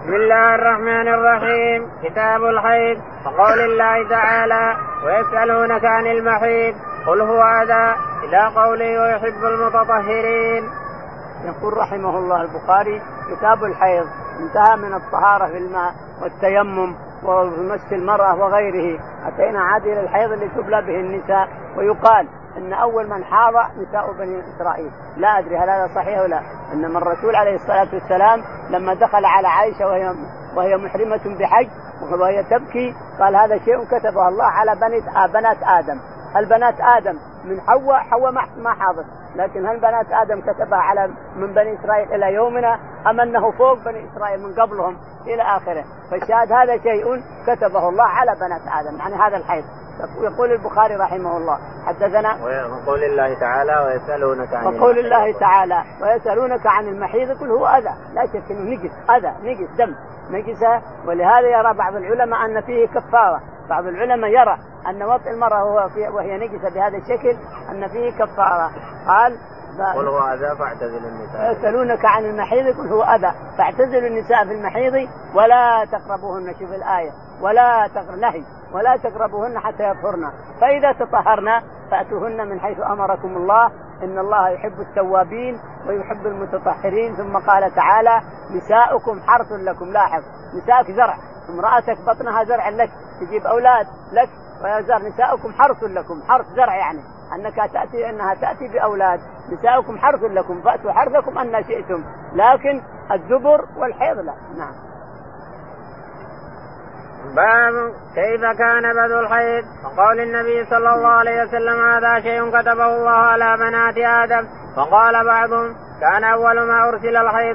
بسم الله الرحمن الرحيم. كتاب الحيض. وقول الله تعالى: ويسألونك عن المحيض قل هو أذى، إلى قوله ويحب المتطهرين. يقول رحمه الله البخاري: كتاب الحيض. انتهى من الطهارة في الماء والتيمم ومس المرأة وغيره، أتينا عاد إلى الحيض اللي تبلى به النساء. ويقال أن أول من حاض نساء بني إسرائيل، لا أدري هل هذا صحيح ولا لا، إنما الرسول عليه الصلاة والسلام لما دخل على عائشة وهي محرمة بحج وهي تبكي قال: هذا شيء كتبه الله على بنات آدم. هل بنات آدم من حواء ما حاضر، لكن هل بنات آدم كتبها على من بني إسرائيل إلى يومنا، أم أنه فوق بني إسرائيل من قبلهم إلى آخره؟ فالشاهد هذا شيء كتبه الله على بنات آدم، يعني هذا الحيض. يقول البخاري رحمه الله: حدثنا وقول الله تعالى: ويسألونك عن وقول الله تعالى: ويسألونك عن المحيض قل هو أذى. لا شك أنه نجس، أذى نجس دم نجسة. ولهذا يرى بعض العلماء أن فيه كفارة. بعض العلماء يرى أن وطئ المرأة وهي نجسة بهذا الشكل أن فيه كفارة. قال: قل هو أذى فاعتزلوا النساء. يسألونك عن المحيض قل هو أذى فاعتزلوا النساء في المحيض ولا تقربوهن. شوف الآية: نهي ولا تقربوهن حتى يطهرن، فإذا تطهرن فأتوهن من حيث أمركم الله، إن الله يحب التوابين ويحب المتطهرين. ثم قال تعالى: نساؤكم حرث لكم. لاحظ: نساءك زرع، امرأتك بطنها زرع لك، تجيب أولاد لك ويزار. نساؤكم حرث لكم، حرث زرع يعني أنها تأتي بأولاد. نساؤكم حرث لكم فأتوا حرثكم أن شئتم، لكن الدبر والحيض لا. نعم. باب كيف كان بدء الحيض. وقول النبي صلى الله عليه وسلم: هذا شيء كتبه الله على بنات آدم. فقال بعضهم: كان أول ما أرسل الحيض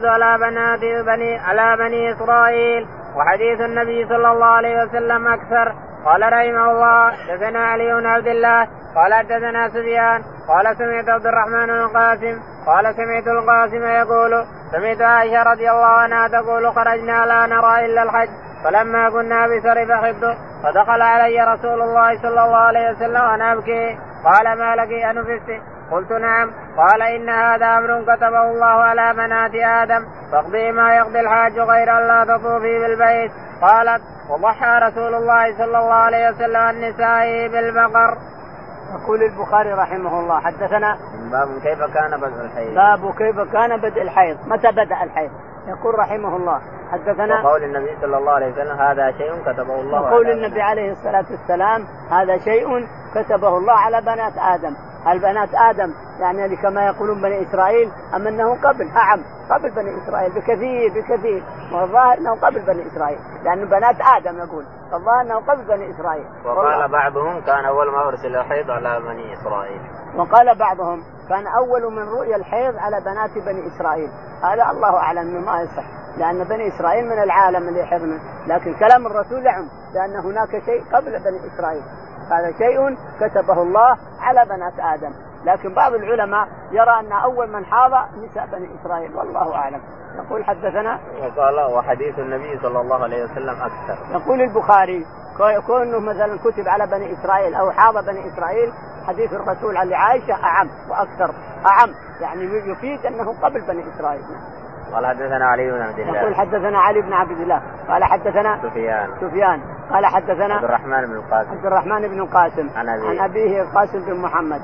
على بني إسرائيل. وحديث النبي صلى الله عليه وسلم أكثر. قال رحمه الله: حدثنا علي بن عبد الله قال حدثنا سفيان قال سمعت عبد الرحمن بن القاسم قال سمعت القاسم يقول: سمعت عائشة رضي الله عنها تقول: خرجنا لا نرى إلا الحج، فلما كنا بسرب حبت فدخل علي رسول الله صلى الله عليه وسلم وأنا أبكي، قال: ما لك أنفست؟ قلت: نعم. قال: إن هذا أمر كتبه الله على بنات آدم، فاقضي ما يقضي الحاج غير أن لا تطوفي بالبيت. قالت: وضحى رسول الله صلى الله عليه وسلم عن نسائه بالبقر. يقول البخاري رحمه الله: حدثنا باب كيف كان بدء الحيض. باب كيف كان بدء الحيض، متى بدأ الحيض. يقول رحمه الله: حدثنا وقول النبي صلى الله عليه وسلم: هذا شيء كتبه الله. وقول النبي عليه الصلاة والسلام: هذا شيء كتبه الله على بنات آدم. هل بنات آدم يعني كما يقولون بني إسرائيل، أم أنه قبل بني إسرائيل بكثير والظاهر أنه قبل بني إسرائيل، لأن بنات آدم يقول، الظاهر أنه قبل بني إسرائيل. وقال بعضهم: كان أول ما أرسل الحيض على بني إسرائيل. وقال بعضهم: كان أول من رؤي الحيض على بنات بني إسرائيل. هذا الله أعلم ما يصح، لأن بني إسرائيل من العالم اللي يحرمون، لكن كلام الرسول يعم لأن هناك شيء قبل بني إسرائيل. هذا شيء كتبه الله على بنات آدم، لكن بعض العلماء يرى أن أول من حاض نساء بني إسرائيل، والله أعلم. يقول: حدثنا وقال: وحديث النبي صلى الله عليه وسلم أكثر. يقول البخاري: كونه مثلا كتب على بني إسرائيل أو حاض بني إسرائيل، حديث الرسول عن عائشة أعم وأكثر، يعني يفيد أنه قبل بني إسرائيل. قال: حدثنا علي بن عبد الله. يقول: حدثنا علي بن عبد الله قال: حدثنا سفيان قال: حدثنا عبد الرحمن بن القاسم عن أبيه القاسم بن محمد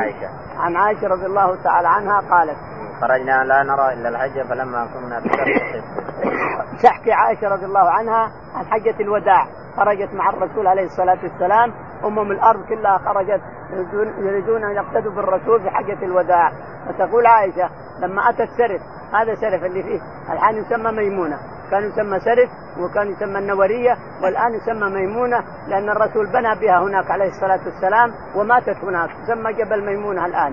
عن عائشة رضي الله تعالى عنها قالت: خرجنا لا نرى إلا الحج فلما كنا بسرب. تحكي عائشة رضي الله عنها عن حجة الوداع، خرجت مع الرسول عليه الصلاة والسلام، الأرض كلها خرجت يريدون أن يقتدوا بالرسول في حجة الوداع. فتقول عائشة: لما أتت سرف، هذا سرف اللي فيه الآن يسمى ميمونة، كان يسمى سرف وكان يسمى النورية، والآن يسمى ميمونة لأن الرسول بنى بها هناك عليه الصلاة والسلام وماتت هناك، يسمى جبل ميمونة الآن.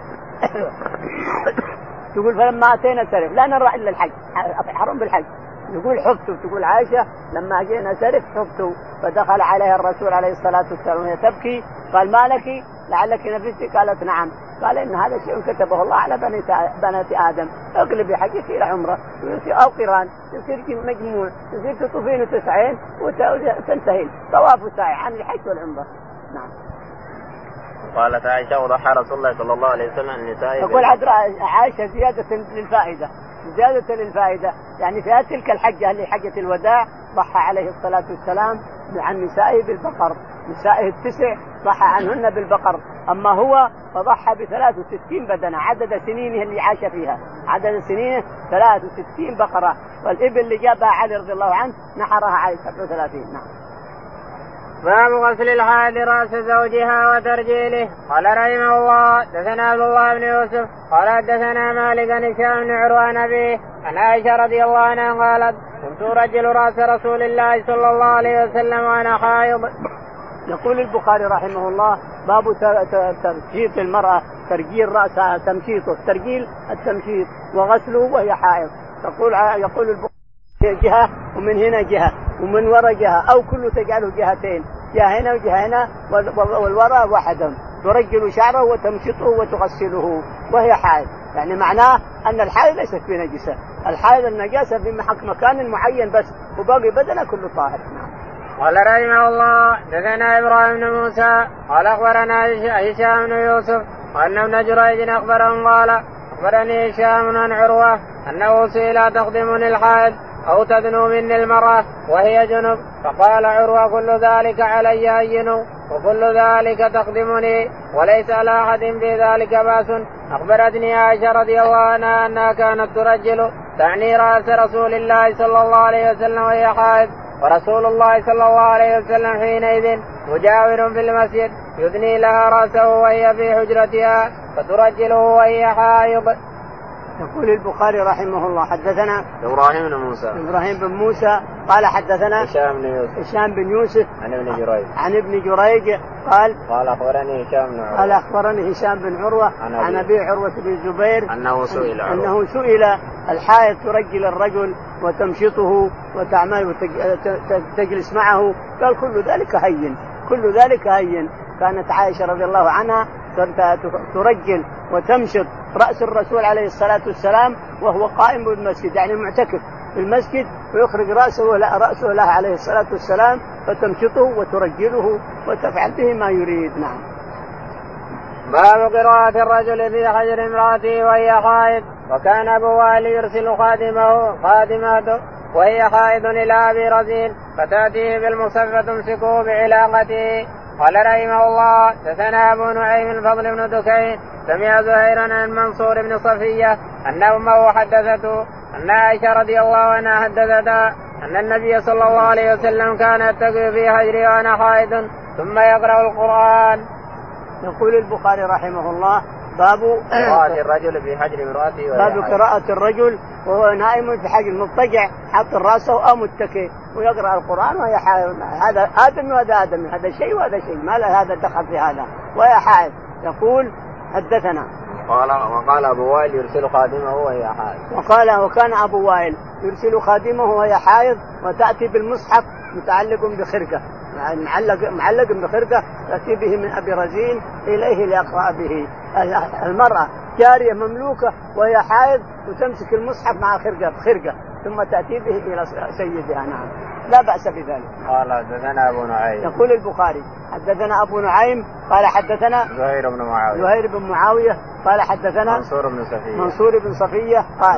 تقول: فلما أتينا سرف لا نرى إلا الحج، حرم بالحج. يقول: حفت، تقول عائشة: لما أجينا سرف حفت، فدخل عليها الرسول عليه الصلاة والسلام وهي تبكي، قال: ما لك؟ لعلك نفستي؟ قالت: نعم. قال: إن هذا شيء كتبه الله على بنات آدم، اقلبي حجك إلى عمرة أو قران، تصير مجموع، تصير تطوفين وتسعين وتنتهين طواف وسعي عن الحج والعمرة. نعم. قالت عائشة: وضحى رسول الله صلى الله عليه وسلم النساء. يقول عائشة زيادة للفائدة: زيادة للفائدة. يعني في تلك الحجة اللي حجة الوداع ضحى عليه الصلاة والسلام عن نسائه بالبقر، نسائه 9 ضحى عنهن بالبقر، أما هو فضحى ب63 بدنة عدد سنينه اللي عاش فيها، عدد سنينه 63 بقرة، والإبل اللي جابها علي رضي الله عنه نحرها علي 37. نعم. باب غسل الحائض رأس زوجها وترجيله. قال رحمه الله دثنا عبد الله بن يوسف قال دثنا مالك عن هشام بن عروة عن أبيه عن عائشة رضي الله عنها قالت كنت أرجل رأس رسول الله صلى الله عليه وسلم وأنا حائض. يقول البخاري رحمه الله باب ترجيل المرأة، ترجيل رأسها، تمشيطه، ترجيل التمشيط وغسله وهي حائض. يقول البخاري جهة ومن هنا جهة ومن وراء جهة، أو كله تجعله جهتين، جهة هنا وجهة هنا والوراء واحدا، ترجل شعره وتمشطه وتغسله وهي حائض. يعني معناه أن الحائض ليست في نجسة، الحائض النجاسة في مكان معين بس، وباقي بدنه كله طاهر. قال رحمه الله دثنا إبراهيم بن موسى قال أخبرنا هشام بن يوسف وأن ابن جريج أخبرهم قال أخبرني هشام عن عروة أنه سئل تخدمني الحائض أو تدنو مني المرأة وهي جنب، فقال عروة كل ذلك علي هين وكل ذلك تخدمني وليس على أحد في ذلك بأس. أخبرتني عائشة رضي الله عنها أنها كانت ترجل تعني رأس رسول الله صلى الله عليه وسلم وهي حائض، ورسول الله صلى الله عليه وسلم حينئذ مجاور في المسجد يثني لها رأسه وهي في حجرتها فترجله وهي حائض. يقول البخاري رحمه الله حدثنا إبراهيم بن موسى قال حدثنا هشام بن يوسف عن ابن جريج قال أخبرني هشام بن عروة عن أبي عروة بن الزبير أنه سئل الحائض ترجل الرجل وتمشطه وتعمل وتجلس معه، قال كل ذلك هين. كانت عائشة رضي الله عنها ترجل وتمشط رأس الرسول عليه الصلاة والسلام وهو قائم بالمسجد، يعني معتكف في المسجد، ويخرج رأسه لها عليه الصلاة والسلام فتمشطه وترجله وتفعل به ما يريد. نعم. باب قراءة الرجل في حجر امرأته وهي حائض. وكان أبو وائل يرسل خادماته وهي حائض إلى أبي رزين فتأتيه بالمصحف فتمسكه بعلاقته. قال رحمه الله دثنا أبو نعيم الفضل بن دكين سمع زهيرا عن منصور بن صفية أن أمه حدثته أن عائشة رضي الله عنها حدثتها أن النبي صلى الله عليه وسلم كان يتقي في حجره وأنا حائض ثم يقرأ القرآن. يقول البخاري رحمه الله باب قراءة الرجل في حجر امرأته، باب قراءة الرجل وهو نائم في حجر مضطجع حاط راسه أو متكئ ويقرأ القرآن وهي حائض. هذا آدم وهذا آدم، هذا شيء وهذا شيء، ما له هذا دخل في هذا، وهي حائض. يقول حدثنا وقال أبو وائل يرسل خادمه وهي حائض. وكان أبو وائل يرسل خادمه وهي حائض وتأتي بالمصحف متعلق بخرقة، يعني معلق بخرقة تأتي به من أبي رزين إليه ليقرأ به. المرأة جارية مملوكة وهي حائض وتمسك المصحف مع خرقة ثم تأتي به إلى سيدها. نعم، لا بأس بذلك. قال حدثنا أبو نعيم. يقول البخاري حدثنا أبو نعيم قال حدثنا زهير بن معاوية قال حدثنا منصور بن صفية قال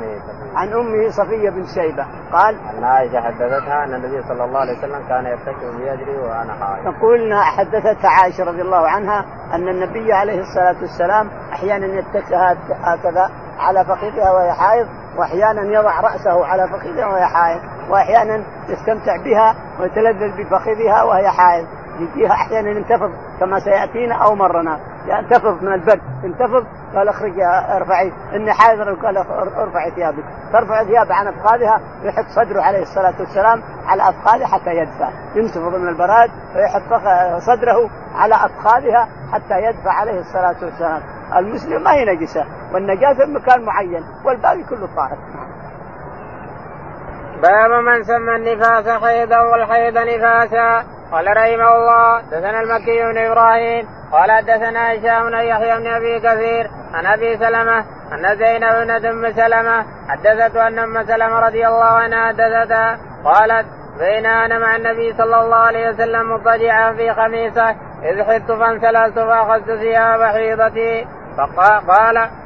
عن أمه صفية بن شيبة قال أن عائشة حدثتها أن النبي صلى الله عليه وسلم كان يتكئ بيجري وأنا حائض. يقول حدثتها عائشة رضي الله عنها أن النبي عليه الصلاة والسلام أحيانا يتكئ هكذا على فخذها وهي حائض، وأحيانا يضع رأسه على فخذها وهي حائض، وأحيانا يستمتع بها ويتلذذ بفخذها وهي حائض. يجيها أحيانا ينتفض كما سيأتينا أو مرنا، ينتفض من البرد، ينتفض قال اخرجي ارفعي إني حائض، قال ارفعي ثيابك، ترفع ثياب عن أفخاذها ويحط صدره عليه الصلاة والسلام على أفخاذها حتى يدفع، ينتفض من البراد ويحط صدره على أفخاذها حتى يدفع عليه الصلاة والسلام. المسلم ما هي نجسة، والنجاسة في مكان معين والباقي كله طاهر. باب من سمى النفاس حيضا والحيض نفاسا. قال رحمه الله دثنا المكي بن إبراهيم قال دثنا هشام بن يحيى بن أبي كثير عن أبي سلمة أن زينب بنت أم سلمة حدثته أن أم سلمة رضي الله عنها حدثتها قالت بين أنا مع النبي صلى الله عليه وسلم مضطجعا في خميصة إذ حدت فانسللت فأخذت ثياب حيضتي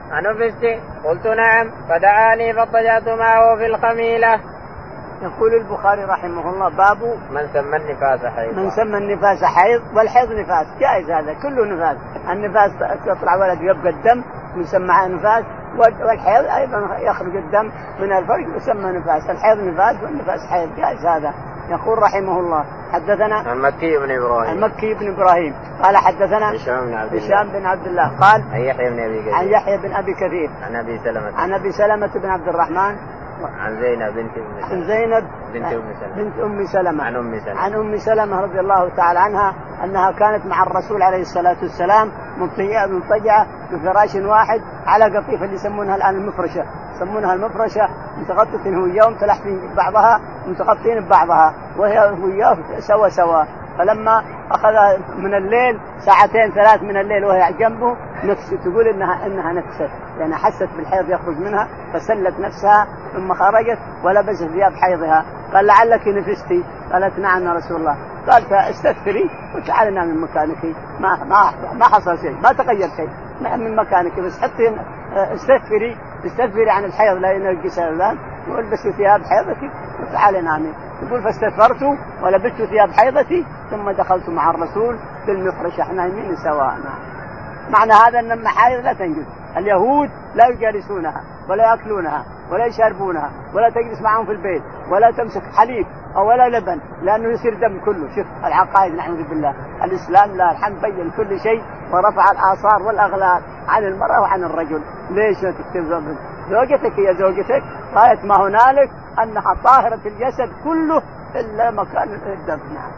أنفست؟ قلت نعم، فدعاني فاضطجعت معه في الخميلة. يقول البخاري رحمه الله باب من سمى النفاس حيض. من سمى النفاس حيض، والحيض نفاس جائز، هذا كله نفاس. النفاس تطلع ولد يبقى الدم يسمى نفاس، والحيض أيضا يخرج الدم من الفرج يسمى نفاس. الحيض نفاس والنفاس حيض جائز. هذا يقول رحمه الله حدثنا المكي بن إبراهيم قال حدثنا هشام بن عبد الله قال عن يحيى بن أبي كثير عن أبي سلمة بن عبد الرحمن عن زينب بنت أم سلمة عن أم سلمة رضي الله تعالى عنها أنها كانت مع الرسول عليه الصلاة والسلام مضطجعة بفراش واحد على قطيفة اللي يسمونها الآن المفرشة متغطية هو يوم تلحفين بعضها متغطين ببعضها وهي وياه سوا. فلما أخذ من الليل 2-3 من الليل وهي جنبه تقول إنها نفست، يعني حست بالحيض يخرج منها فسلت نفسها ثم خرجت ولبست ثياب حيضها. قال لعلك نفستي؟ قالت نعم يا رسول الله. قال فاستغفري وتعالي من مكانك، ما حصل شيء، ما تغير شيء من مكانك، بس حتى استغفري عن الحيض لا ينجس الآن والبسي ثياب حيضتك وتعالي نامي. يقول فاستغفرت ولبست ثياب حيضتي ثم دخلت مع الرسول بالمفرش، احنا يمين سواء. معنى هذا ان المحايض لا تنجز. اليهود لا يجالسونها ولا ياكلونها ولا يشربونها ولا تجلس معهم في البيت ولا تمسك حليب او ولا لبن لانه يصير دم كله. شوف العقائد نعوذ بالله. الاسلام لا الحمد بين كل شيء ورفع الاثار والاغلال عن المراه وعن الرجل. ليش تكتب زوجتك هي زوجتك؟ قالت ما هنالك انها طاهره الجسد كله الا مكان الدم.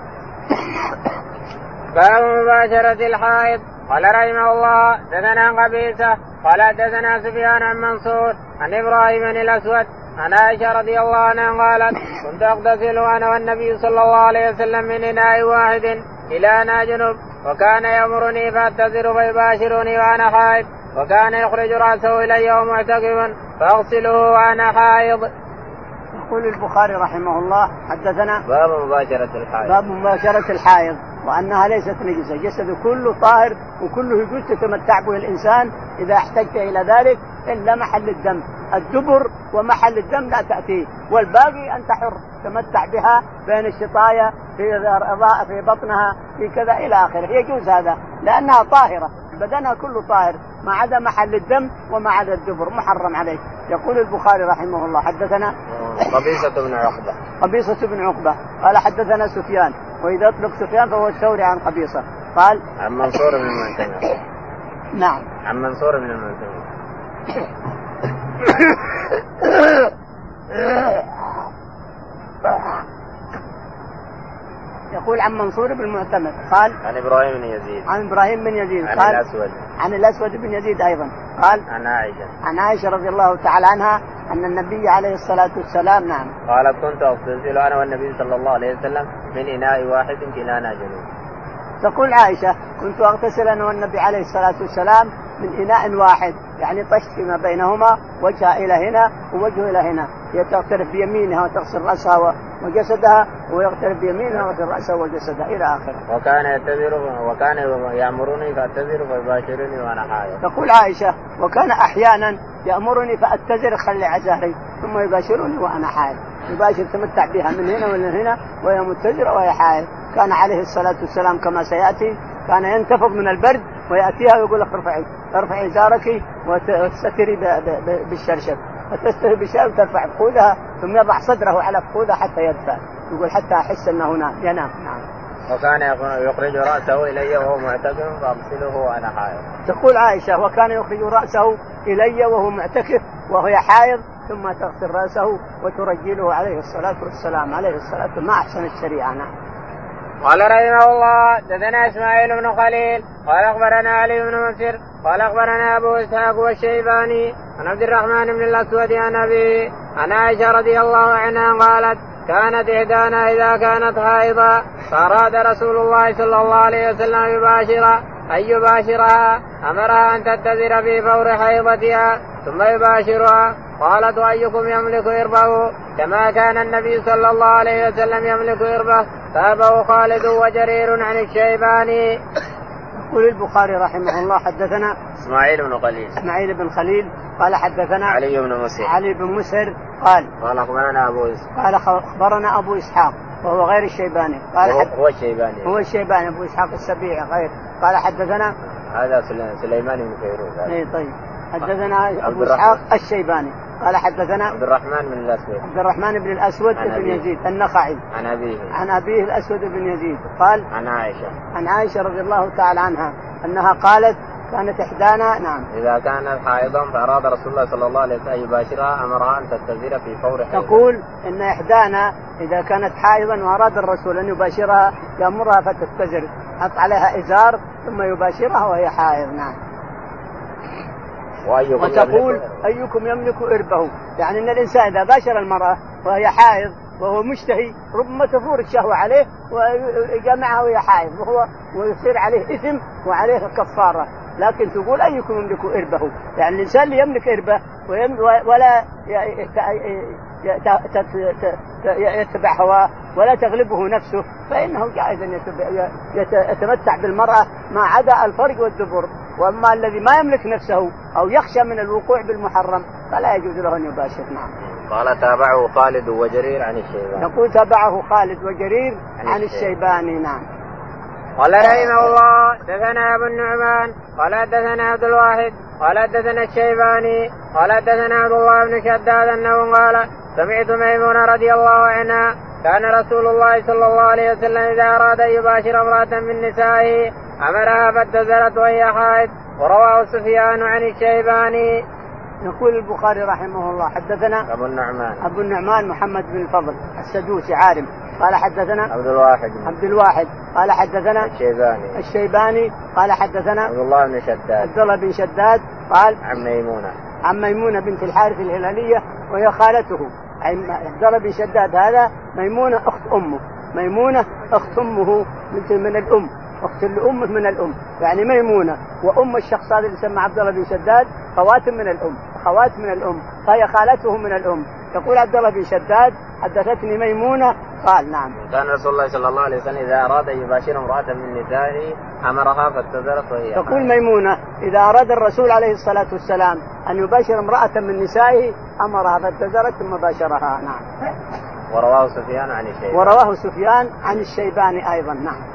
باب مباشرة الحائض. قال رحمه الله دثنا قبيصة قال دثنا سفيان عن منصور عن إبراهيم بن الأسود عن عائشة رضي الله عنها قالت كنت أغتسل أنا والنبي صلى الله عليه وسلم من إناء واحد إلى أنا جنب، وكان يأمرني فأعتذر فيباشرني وأنا حائض، وكان يخرج رأسه إلي ومعتكفا فأغسله وأنا حائض. يقول البخاري رحمه الله حدثنا باب مباشرة الحائض وأنها ليست نجسة، جسده كله طاهر وكله يجوز تتمتع به الإنسان إذا احتجت إلى ذلك إلا محل الدم، الدبر ومحل الدم لا تأتيه، والباقي أنت حر تمتع بها بين الشطايا في بطنها في كذا إلى آخره، يجوز هذا لأنها طاهرة، بدنها كله طاهر ما عدا محل الدم وما عدا الدبر محرم عليه. يقول البخاري رحمه الله حدثنا قبيصة بن عقبة قال حدثنا سفيان، وإذا أطلق سفيان فهو الثوري عن قبيصة قال عن منصور بن المعتمر. نعم عن منصور بن المعتمر. يقول عن منصور بن المعتمر قال عن إبراهيم بن يزيد قال عن الأسود بن يزيد أيضا قال عن عائشة رضي الله تعالى عنها أن النبي عليه الصلاة والسلام نعم قالت كنت أغتسل أنا والنبي صلى الله عليه وسلم من إناء واحد كلانا جنوب. تقول عائشة كنت أغتسل أنا والنبي عليه الصلاة والسلام من إناء واحد، يعني طشت ما بينهما وجهها إلى هنا ووجهه إلى هنا، هي تغترف بيمينها وتغسل رأسها وجسدها ويغترف بيمينها ويغسل رأسها وجسدها إلى آخره. وكان يأمرني فأتذر فيباشرني وأنا حائض. تقول عائشة وكان أحيانا يأمرني فأتذر خلي عزاري ثم يباشرني وأنا حائض، يباشر تمتع بها من هنا ومن هنا وهي متذرة وهي حائض. كان عليه الصلاة والسلام كما سيأتي كان ينتفض من البرد ويأتيها ويقول لك ارفعي زارك وتستتري بالشرشف، فتستتري بالشرشف وترفع فخذها ثم يضع صدره على فخذها حتى يدفع، يقول حتى أحس أنه ينام. نعم. وكان يخرج رأسه إلي وهو معتكف فأغسله وأنا حائض. تقول عائشة وكان يخرج رأسه إلي وهو معتكف وهي حائض ثم تغسل رأسه وترجله عليه الصلاة والسلام ما أحسن الشريعة. نعم. قال رحمه الله دثنا إسماعيل بن خليل قال أخبرنا علي بن مسر قال أخبرنا أبو إسحاق والشيباني عن عبد الرحمن بن الأسود عن أبيه عن عائشة رضي الله عنها قالت كانت إحدانا إذا كانت حائضا فأراد رسول الله صلى الله عليه وسلم أن يباشرها أمرها أن تتذر في فور حيضتها ثم يباشرها. قالت أيكم يملك إربه كما كان النبي صلى الله عليه وسلم يملك إربه؟ تابه خالد وجرير عن الشيباني. يقول البخاري رحمه الله حدثنا إسماعيل بن خليل قال حدثنا علي بن مسهر قال أخبرنا أبو إسحاق وهو غير الشيباني قال هو الشيباني أبو إسحاق السبيعي غير قال حدثنا هذا سليمان بن كيروز. طيب حدثنا أبو إسحاق الشيباني قال حدثنا عبد الرحمن بن الأسود بن يزيد النخعي عن أبيه الأسود بن يزيد قال عن عائشة رضي الله تعالى عنها أنها قالت كانت إحدانا إذا كانت حائضا فأراد رسول الله صلى الله عليه وسلم أن يباشرها أمرها أن تستزير في فور حيض. تقول إن إحدانا إذا كانت حائضا وأراد الرسول أن يباشرها يأمرها فتستزر حط عليها إزار ثم يباشرها وهي حائض. وتقول أيكم يملك إربه، يعني أن الإنسان إذا باشر المرأة وهي حائض وهو مشتهي ربما تفور الشهوة عليه ويجمعها وهي حائض ويصير عليه إثم وعليه كفارة. لكن تقول أيكم يملك إربه، يعني الإنسان اللي يملك إربه ولا يتبع هواه ولا تغلبه نفسه فإنه جائز أن يتمتع بالمرأة ما عدا الفرج والدبر. وأما الذي ما يملك نفسه أو يخشى من الوقوع بالمحرم فلا يجوز له أن يباشر. قال تابعه خالد وجرير عن الشيباني. نقول تابعه خالد وجرير عن الشيباني. قال رحمه الله حدثنا أبو النعمان قال حدثنا عبد الواحد قال حدثنا الشيباني قال حدثنا عبد الله بن شداد أنه قال سمعت ميمونة رضي الله عنها كان رسول الله صلى الله عليه وسلم إذا أراد أن يباشر امرأة من نسائه أمرها فاتزرت وهي حائض. ورواه سفيان عن الشيباني. يقول البخاري رحمه الله حدثنا أبو النعمان محمد بن الفضل السدوسي عارم قال حدثنا عبد الواحد قال حدثنا الشيباني قال حدثنا عبد الله بن شداد قال عن ميمونة بنت الحارث الهلالية وهي خالته. عبد الله بن شداد هذا ميمونة أخت أمه من الأم، أخت الأم من الأم، يعني ميمونة وأم الشخص هذا اللي يسمى عبد الله بن شداد خوات من الأم فهي خالته من الأم. يقول عبد الله بن شداد حدثتني ميمونة قال كان رسول الله صلى الله عليه وسلم إذا أراد أن يباشر امرأة من نسائه أمرها فاتزرت وهي حائض. تقول ميمونة إذا أراد الرسول عليه الصلاة والسلام أن يباشر امرأة من نسائه أمرها فاتزرت ثم باشرها. ورواه سفيان عن الشيباني أيضا.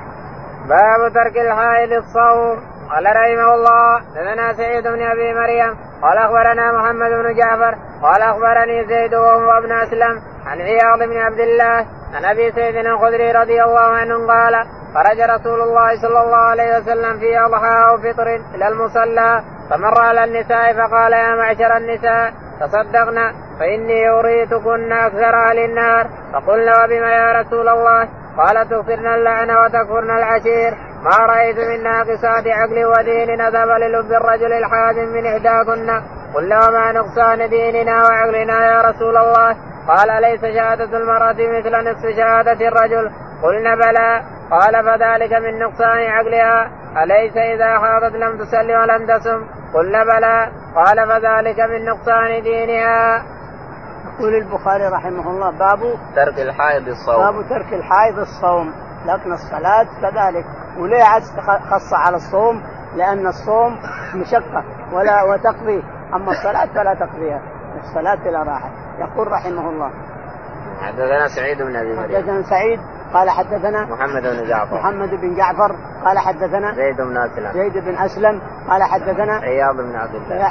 باب ترك الحائض الصوم. قال رحمه الله لنا سعيد بن أبي مريم قال أخبرنا محمد بن جعفر قال أخبرني زيد وهو ابن أسلم عن عياض بن عبد الله عن أبي سعيد الخدري رضي الله عنه قال خرج رسول الله صلى الله عليه وسلم في أضحى أو فطر إلى المصلى فمر على النساء فقال يا معشر النساء تصدقنا فإني أريتكن أكثر أهل النار. فقلنا وبما يا رسول الله؟ قال تغفرن اللعن وتكفرن العشير ما رأيت من ناقصات عقل ودين أذهب للب الرجل الحازم من إحداكن. قلنا وما نقصان ديننا وعقلنا يا رسول الله؟ قال ليس شهادة المرأة مثل نصف شهادة الرجل. قلنا بلى. قال فذلك من نقصان عقلها. أليس إذا حاضت لم تصلي ولم تصم؟ قلنا بلى. قال فذلك من نقصان دينها. يقول البخاري رحمه الله باب ترك الحائض الصوم. لكن الصلاة كذلك. وليه خص على الصوم؟ لأن الصوم مشقة وتقضي، أما الصلاة فلا تقضيها، الصلاة لا راحة. يقول رحمه الله حدثنا سعيد بن أبي مريم حدثنا سعيد قال حدثنا محمد بن جعفر قال حدثنا زيد بن أسلم قال حدثنا عياض بن عبد الله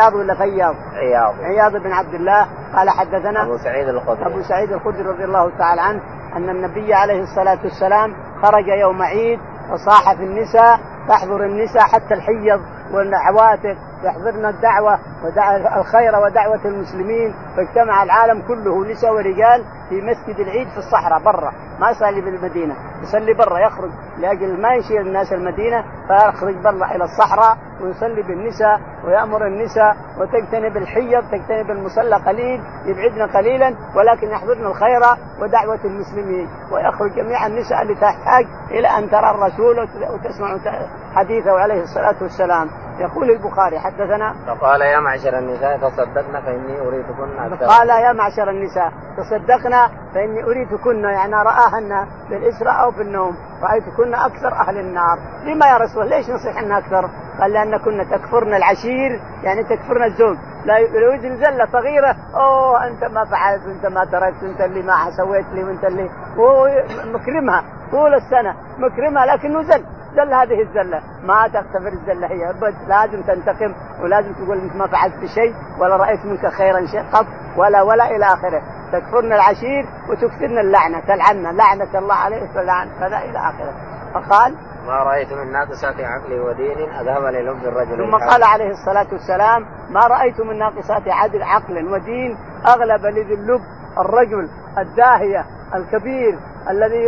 عياض بن عبد الله قال حدثنا أبو سعيد الخدري رضي الله تعالى عنه أن النبي عليه الصلاة والسلام خرج يوم عيد وصاح في النساء تحضر النساء حتى الحيض والعواتق يحضرن الدعوة الخير ودعوة المسلمين. فاجتمع العالم كله نساء ورجال في مسجد العيد في الصحراء برا، ما يصلي بالمدينة، يصلي برا، يخرج لأجل ما يشير الناس المدينة فيخرج برا إلى الصحراء ويصلي بالنساء ويأمر النساء وتجتنب الحيض، تجتنب المصلى قليل، يبعدنا قليلا ولكن يحضرن الخير ودعوة المسلمين. ويخرج جميع النساء لتحتاج إلى أن ترى الرسول وتسمع حديثه عليه الصلاة والسلام. يقول البخاري حدثنا فقال يا معشر النساء تصدقنا فإني أريتكن فإني أريدكن يعني رآهن بالإسراء أو بالنوم رأيتكن أكثر أهل النار. لما يا رسول الله ليش نصيحن أكثر؟ قال لأنكن تكفرن العشير يعني تكفرن الزوج. لو يجي زلة صغيرة أنت ما فعلت وأنت ما تركت وأنت اللي ما سويت لي وأنت اللي مكرمها طول السنة مكرمها لكنه زل هذه الزلة ما تغتفر الزلة هي لازم تنتقم ولازم تقول أنت ما فعلت شيء ولا رأيت منك خيرا شيء قط ولا إلى آخره. تكفرن العشير وتكثرن اللعنة تلعننا لعنة الله عليه فلا إلى آخره. فقال ما رأيت من ناقصات عقل ودين أذهب للب الرجل. ثم قال عليه الصلاة والسلام ما رأيت من ناقصات عقل ودين أغلب لذي اللب الرجل الداهية الكبير الذي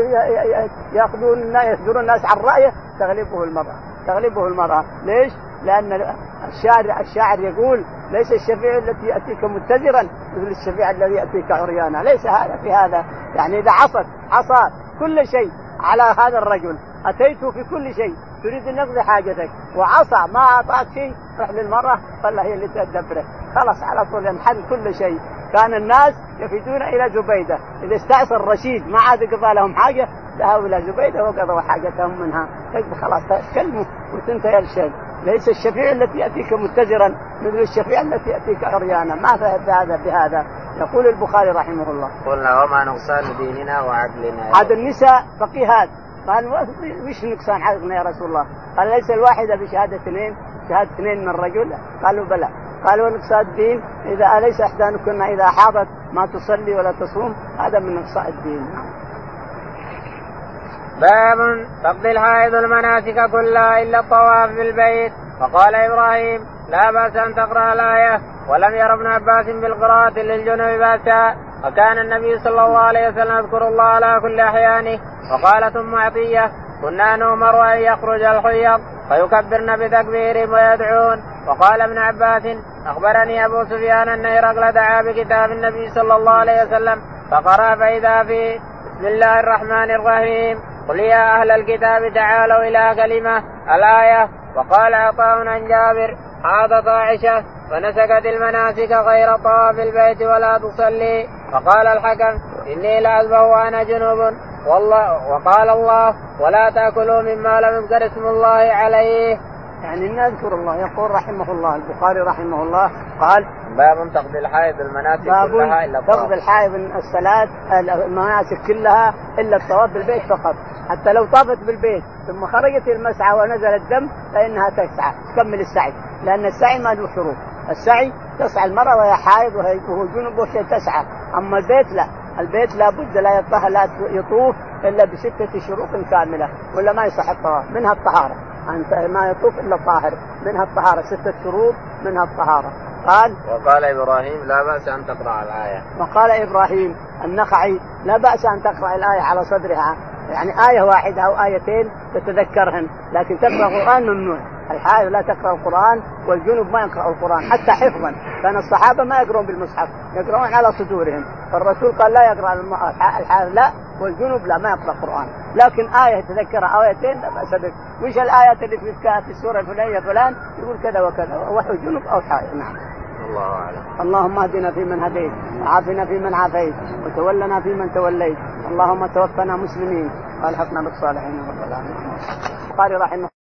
يصدر الناس عن رأيه تغلبه المرأة. ليش؟ لأن الشاعر يقول ليس الشفيع الذي يأتيك متزرا مثل الشفيع الذي يأتيك عريانا. ليس هذا في هذا يعني إذا عصى كل شيء على هذا الرجل أتيته في كل شيء تريد أن يقضي حاجتك وعصى ما أعطاك شيء روح للمرأة فلا هي اللي تدبره خلاص على طول ينحل كل شيء. كان الناس يفيدون إلى زبيدة إذا استعصى الرشيد ما عاد قضى لهم حاجة ذهبوا إلى زبيدة وقضوا حاجتهم منها خلاص تكلموا وتنتهي الشيء. ليس الشفيع التي يأتيك متزرا مثل الشفيع التي يأتيك عريانا ما فهم هذا بهذا. يقول البخاري رحمه الله قلنا وما نقصان ديننا وعقلنا. هذا النساء فقيهات قال وش نقصان عقلنا يا رسول الله؟ قال ليس الواحدة بشهادة اثنين من الرجل قالوا بلى. قالوا نقصان الدين إذا أليس إحدانكن إذا حاضت ما تصلي ولا تصوم هذا من نقصان الدين. باب تقضي الحائض المناسك كلها إلا الطواف بالبيت. فقال إبراهيم لا بأس أن تقرأ الآية ولم ير ابن عباس بالقراءة للجنب بأسا وكان النبي صلى الله عليه وسلم يذكر الله على كل أحيانه. وقالت أم عطية كنا نؤمر أن يخرج الحيض فيكبرن بتكبيرهم ويدعون. وقال ابن عباس أخبرني أبو سفيان أن هرقل دعا بكتاب النبي صلى الله عليه وسلم فقرأ فإذا فيه بسم الله الرحمن الرحيم قل يا أهل الكتاب تعالوا إلى كلمة الآية. وقال عطاء عن جابر حاضت عائشة فنسكت المناسك غير طواف البيت ولا تصلي. وقال الحكم إني لأذبح وأنا جنوب وقال الله ولا تأكلوا مما لم يذكر اسم الله عليه. يعني نذكر الله. يقول رحمه الله البخاري رحمه الله قال باب تقضي الحائض المناسك كلها إلا الطواف. تقضي الحائض الصلاة المناسك كلها إلا الطواف بالبيت فقط. حتى لو طافت بالبيت ثم خرجت المسعى ونزل الدم فإنها تسعى تكمل السعي لأن السعي ما له شروط. السعي تسعى المرأة وهي حائض وهو جنب وهي تسعى. أما البيت لا البيت لا بد لا يطوف إلا ب6 شروط كاملة ولا ما يصح الطواف. منها الطهارة ما يطوف إلا طاهر منها الطهارة 6 شروط منها الطهارة. وقال إبراهيم لا بأس أن تقرأ الآية. وقال إبراهيم النخعي لا بأس أن تقرأ الآية على صدرها يعني آية واحدة أو آيتين تتذكرهن لكن تقرأ القرآن ممنوع. الحائض لا تقرأ القرآن والجنوب ما يقرأ القرآن حتى حفظا. كان الصحابة ما يقرؤون بالمصحف يقرؤون على صدورهم. الرسول قال لا يقرأ الحائض لا والجنوب لا ما يقرأ القرآن لكن آية تذكر آيتين لا بأس بك. وش الآيات اللي في السورة الفلانية فلان يقول كذا وكذا وهو جنوب أو حائض. نعم الله أعلم. اللهم اهدنا فيمن هديت وعافنا فيمن عافيت وتولنا فيمن توليت اللهم توفنا مسلمين والحقنا بالصالحين. البخاري رحمه